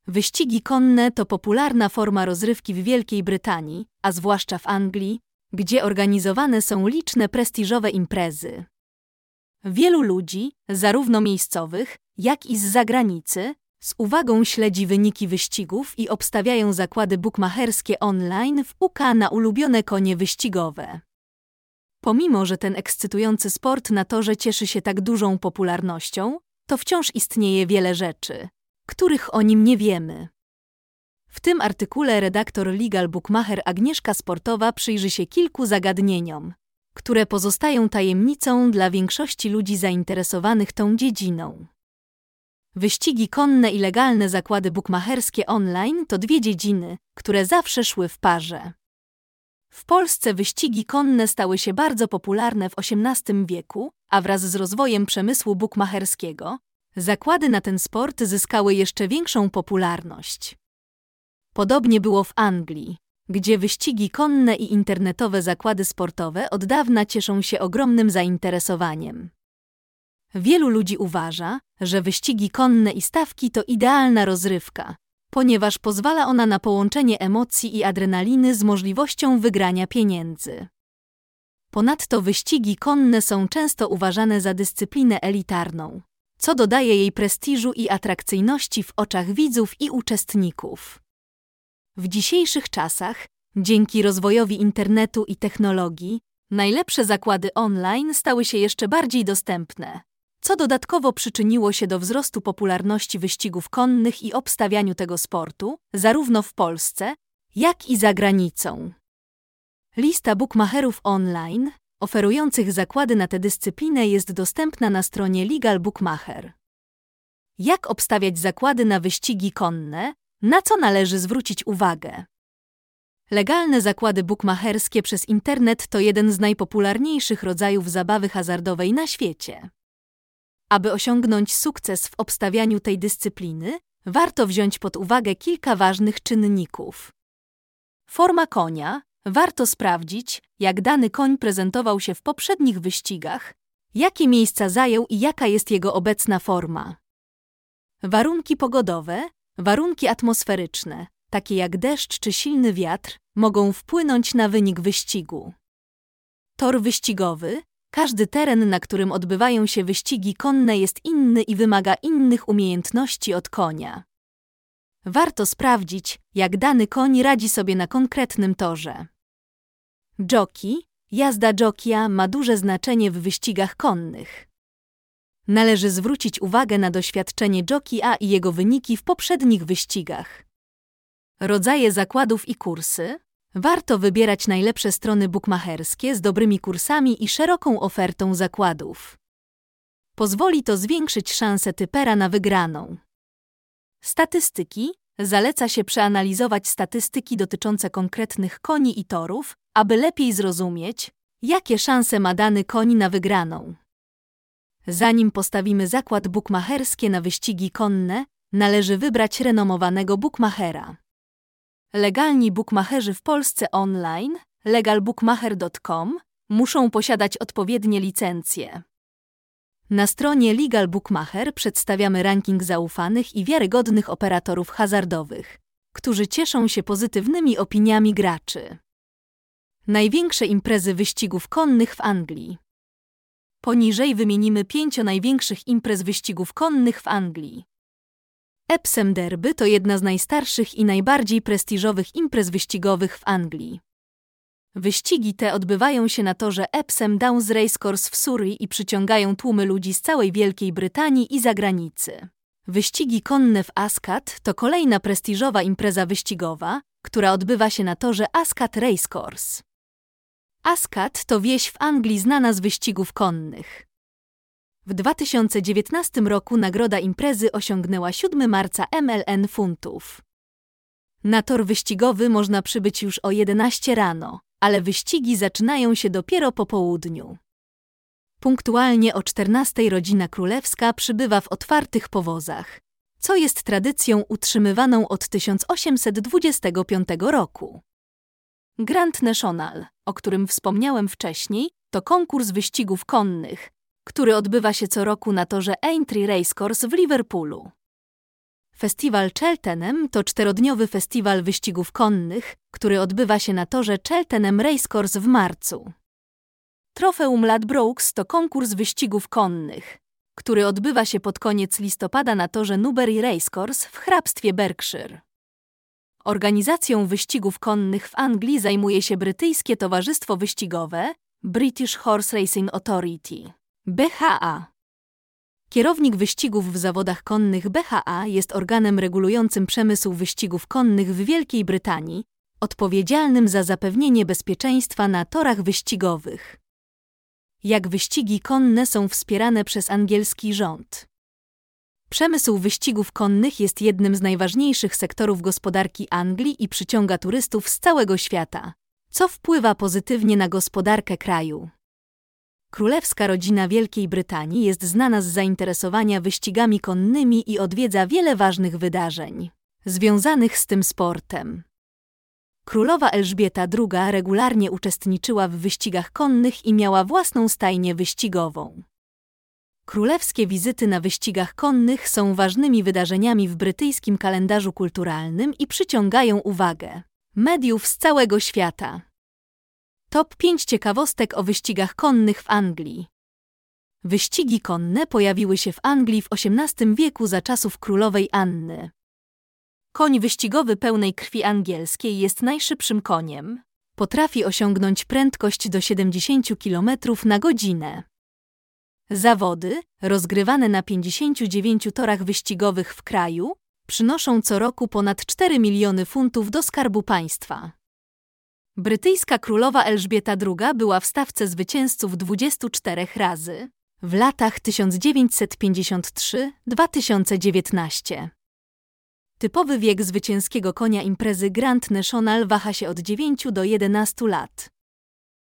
Wyścigi konne to popularna forma rozrywki w Wielkiej Brytanii, a zwłaszcza w Anglii, gdzie organizowane są liczne prestiżowe imprezy. Wielu ludzi, zarówno miejscowych, jak i z zagranicy, z uwagą śledzi wyniki wyścigów i obstawiają zakłady bukmacherskie online w UK na ulubione konie wyścigowe. Pomimo że ten ekscytujący sport na torze cieszy się tak dużą popularnością, to wciąż istnieje wiele rzeczy, których o nim nie wiemy. W tym artykule redaktor Legal Bookmacher Agnieszka Sportowa przyjrzy się kilku zagadnieniom, które pozostają tajemnicą dla większości ludzi zainteresowanych tą dziedziną. Wyścigi konne i legalne zakłady bukmacherskie online to dwie dziedziny, które zawsze szły w parze. W Polsce wyścigi konne stały się bardzo popularne w XVIII wieku, a wraz z rozwojem przemysłu bukmacherskiego zakłady na ten sport zyskały jeszcze większą popularność. Podobnie było w Anglii, gdzie wyścigi konne i internetowe zakłady sportowe od dawna cieszą się ogromnym zainteresowaniem. Wielu ludzi uważa, że wyścigi konne i stawki to idealna rozrywka, ponieważ pozwala ona na połączenie emocji i adrenaliny z możliwością wygrania pieniędzy. Ponadto wyścigi konne są często uważane za dyscyplinę elitarną, co dodaje jej prestiżu i atrakcyjności w oczach widzów i uczestników. W dzisiejszych czasach, dzięki rozwojowi internetu i technologii, najlepsze zakłady online stały się jeszcze bardziej dostępne, co dodatkowo przyczyniło się do wzrostu popularności wyścigów konnych i obstawianiu tego sportu, zarówno w Polsce, jak i za granicą. Lista bukmacherów online, oferujących zakłady na tę dyscyplinę, jest dostępna na stronie Legal Bookmacher. Jak obstawiać zakłady na wyścigi konne? Na co należy zwrócić uwagę? Legalne zakłady bukmacherskie przez internet to jeden z najpopularniejszych rodzajów zabawy hazardowej na świecie. Aby osiągnąć sukces w obstawianiu tej dyscypliny, warto wziąć pod uwagę kilka ważnych czynników. Forma konia. Warto sprawdzić, jak dany koń prezentował się w poprzednich wyścigach, jakie miejsca zajął i jaka jest jego obecna forma. Warunki pogodowe. Warunki atmosferyczne, takie jak deszcz czy silny wiatr, mogą wpłynąć na wynik wyścigu. Tor wyścigowy. Każdy teren, na którym odbywają się wyścigi konne, jest inny i wymaga innych umiejętności od konia. Warto sprawdzić, jak dany koń radzi sobie na konkretnym torze. Jockey. Jazda jockeya ma duże znaczenie w wyścigach konnych. Należy zwrócić uwagę na doświadczenie jockeya i jego wyniki w poprzednich wyścigach. Rodzaje zakładów i kursy. Warto wybierać najlepsze strony bukmacherskie z dobrymi kursami i szeroką ofertą zakładów. Pozwoli to zwiększyć szanse typera na wygraną. Statystyki. Zaleca się przeanalizować statystyki dotyczące konkretnych koni i torów, aby lepiej zrozumieć, jakie szanse ma dany koń na wygraną. Zanim postawimy zakład bukmacherskie na wyścigi konne, należy wybrać renomowanego bukmachera. Legalni bukmacherzy w Polsce online, legalbookmacher.com, muszą posiadać odpowiednie licencje. Na stronie Legal Bookmacher przedstawiamy ranking zaufanych i wiarygodnych operatorów hazardowych, którzy cieszą się pozytywnymi opiniami graczy. Największe imprezy wyścigów konnych w Anglii. Poniżej wymienimy 5 największych imprez wyścigów konnych w Anglii. Epsom Derby to jedna z najstarszych i najbardziej prestiżowych imprez wyścigowych w Anglii. Wyścigi te odbywają się na torze Epsom Downs Racecourse w Surrey i przyciągają tłumy ludzi z całej Wielkiej Brytanii i zagranicy. Wyścigi konne w Ascot to kolejna prestiżowa impreza wyścigowa, która odbywa się na torze Ascot Racecourse. Ascot to wieś w Anglii znana z wyścigów konnych. W 2019 roku nagroda imprezy osiągnęła 7 marca MLN funtów. Na tor wyścigowy można przybyć już o 11 rano, ale wyścigi zaczynają się dopiero po południu. Punktualnie o 14 rodzina królewska przybywa w otwartych powozach, co jest tradycją utrzymywaną od 1825 roku. Grand National, o którym wspomniałem wcześniej, to konkurs wyścigów konnych, który odbywa się co roku na torze Aintree Racecourse w Liverpoolu. Festiwal Cheltenham to 4-dniowy festiwal wyścigów konnych, który odbywa się na torze Cheltenham Racecourse w marcu. Trofeum Ladbrokes to konkurs wyścigów konnych, który odbywa się pod koniec listopada na torze Newbury Racecourse w hrabstwie Berkshire. Organizacją wyścigów konnych w Anglii zajmuje się brytyjskie towarzystwo wyścigowe British Horse Racing Authority (BHA). Kierownik wyścigów w zawodach konnych BHA jest organem regulującym przemysł wyścigów konnych w Wielkiej Brytanii, odpowiedzialnym za zapewnienie bezpieczeństwa na torach wyścigowych. Jak wyścigi konne są wspierane przez angielski rząd? Przemysł wyścigów konnych jest jednym z najważniejszych sektorów gospodarki Anglii i przyciąga turystów z całego świata, co wpływa pozytywnie na gospodarkę kraju. Królewska rodzina Wielkiej Brytanii jest znana z zainteresowania wyścigami konnymi i odwiedza wiele ważnych wydarzeń związanych z tym sportem. Królowa Elżbieta II regularnie uczestniczyła w wyścigach konnych i miała własną stajnię wyścigową. Królewskie wizyty na wyścigach konnych są ważnymi wydarzeniami w brytyjskim kalendarzu kulturalnym i przyciągają uwagę mediów z całego świata. Top 5 ciekawostek o wyścigach konnych w Anglii. Wyścigi konne pojawiły się w Anglii w XVIII wieku za czasów królowej Anny. Koń wyścigowy pełnej krwi angielskiej jest najszybszym koniem. Potrafi osiągnąć prędkość do 70 km na godzinę. Zawody, rozgrywane na 59 torach wyścigowych w kraju, przynoszą co roku ponad 4 miliony funtów do Skarbu Państwa. Brytyjska królowa Elżbieta II była w stawce zwycięzców 24 razy w latach 1953–2019. Typowy wiek zwycięskiego konia imprezy Grand National waha się od 9 do 11 lat.